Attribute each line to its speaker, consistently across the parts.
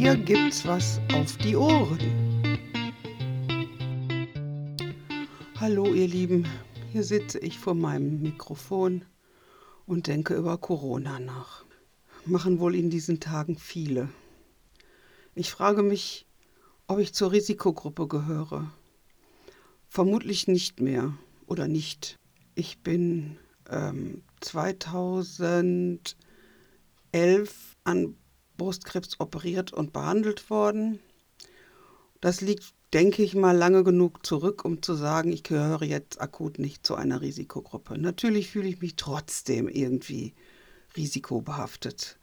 Speaker 1: Hier gibt's was auf die Ohren. Hallo ihr Lieben, hier sitze ich vor meinem Mikrofon und denke über Corona nach. Machen wohl in diesen Tagen viele. Ich frage mich, ob ich zur Risikogruppe gehöre. Vermutlich nicht mehr oder nicht. Ich bin 2011 an Brustkrebs operiert und behandelt worden. Das liegt, denke ich mal, lange genug zurück, um zu sagen, ich gehöre jetzt akut nicht zu einer Risikogruppe. Natürlich fühle ich mich trotzdem irgendwie risikobehaftet.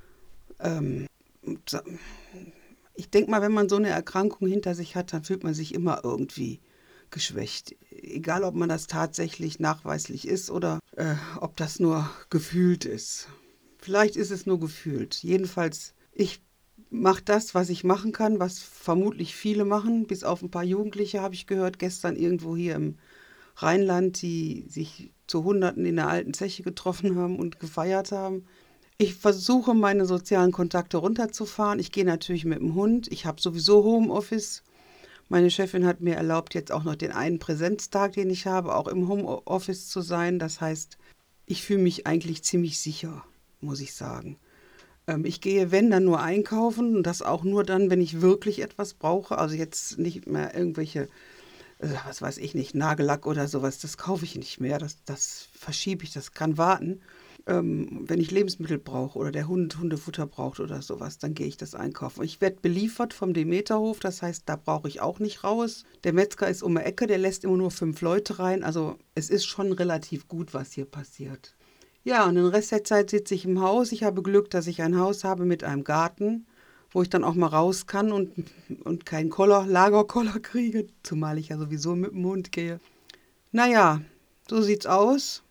Speaker 1: Ich denke mal, wenn man so eine Erkrankung hinter sich hat, dann fühlt man sich immer irgendwie geschwächt. Egal, ob man das tatsächlich nachweislich ist oder ob das nur gefühlt ist. Vielleicht ist es nur gefühlt. Jedenfalls, ich mache das, was ich machen kann, was vermutlich viele machen. Bis auf ein paar Jugendliche habe ich gehört, gestern irgendwo hier im Rheinland, die sich zu Hunderten in der alten Zeche getroffen haben und gefeiert haben. Ich versuche, meine sozialen Kontakte runterzufahren. Ich gehe natürlich mit dem Hund. Ich habe sowieso Homeoffice. Meine Chefin hat mir erlaubt, jetzt auch noch den einen Präsenztag, den ich habe, auch im Homeoffice zu sein. Das heißt, ich fühle mich eigentlich ziemlich sicher, muss ich sagen. Ich gehe, wenn, dann nur einkaufen und das auch nur dann, wenn ich wirklich etwas brauche. Also jetzt nicht mehr irgendwelche, was weiß ich nicht, Nagellack oder sowas, das kaufe ich nicht mehr. Das verschiebe ich, das kann warten. Wenn ich Lebensmittel brauche oder der Hund Hundefutter braucht oder sowas, dann gehe ich das einkaufen. Ich werde beliefert vom Demeterhof, das heißt, da brauche ich auch nicht raus. Der Metzger ist um die Ecke, der lässt immer nur 5 Leute rein. Also es ist schon relativ gut, was hier passiert. Ja, und den Rest der Zeit sitze ich im Haus. Ich habe Glück, dass ich ein Haus habe mit einem Garten, wo ich dann auch mal raus kann und keinen Lagerkoller kriege, zumal ich ja sowieso mit dem Hund gehe. Naja, so sieht's aus.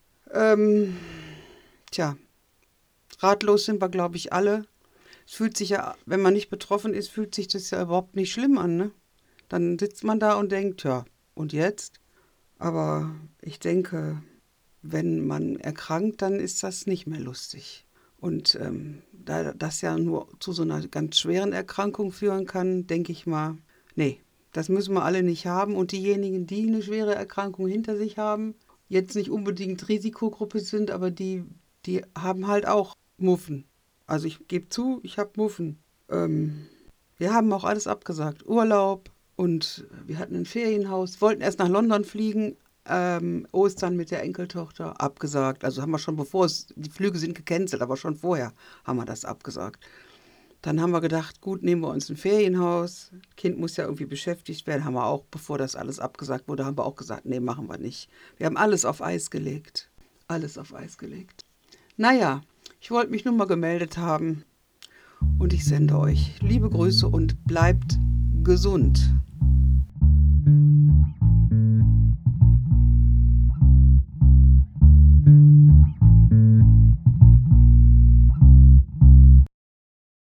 Speaker 1: Tja, ratlos sind wir, glaube ich, alle. Es fühlt sich ja, wenn man nicht betroffen ist, fühlt sich das ja überhaupt nicht schlimm an, ne? Dann sitzt man da und denkt, ja, und jetzt? Aber ich denke, wenn man erkrankt, dann ist das nicht mehr lustig. Und da das ja nur zu so einer ganz schweren Erkrankung führen kann, denke ich mal, nee, das müssen wir alle nicht haben. Und diejenigen, die eine schwere Erkrankung hinter sich haben, jetzt nicht unbedingt Risikogruppe sind, aber die haben halt auch Muffen. Also ich gebe zu, ich habe Muffen. Wir haben auch alles abgesagt. Urlaub und wir hatten ein Ferienhaus, wollten erst nach London fliegen, Ostern mit der Enkeltochter, abgesagt. Also haben wir schon, die Flüge sind gecancelt, aber schon vorher haben wir das abgesagt. Dann haben wir gedacht, gut, nehmen wir uns ein Ferienhaus. Kind muss ja irgendwie beschäftigt werden, haben wir auch, bevor das alles abgesagt wurde, haben wir auch gesagt, nee, machen wir nicht. Wir haben alles auf Eis gelegt. Alles auf Eis gelegt. Naja, ich wollte mich nur mal gemeldet haben und ich sende euch liebe Grüße und bleibt gesund.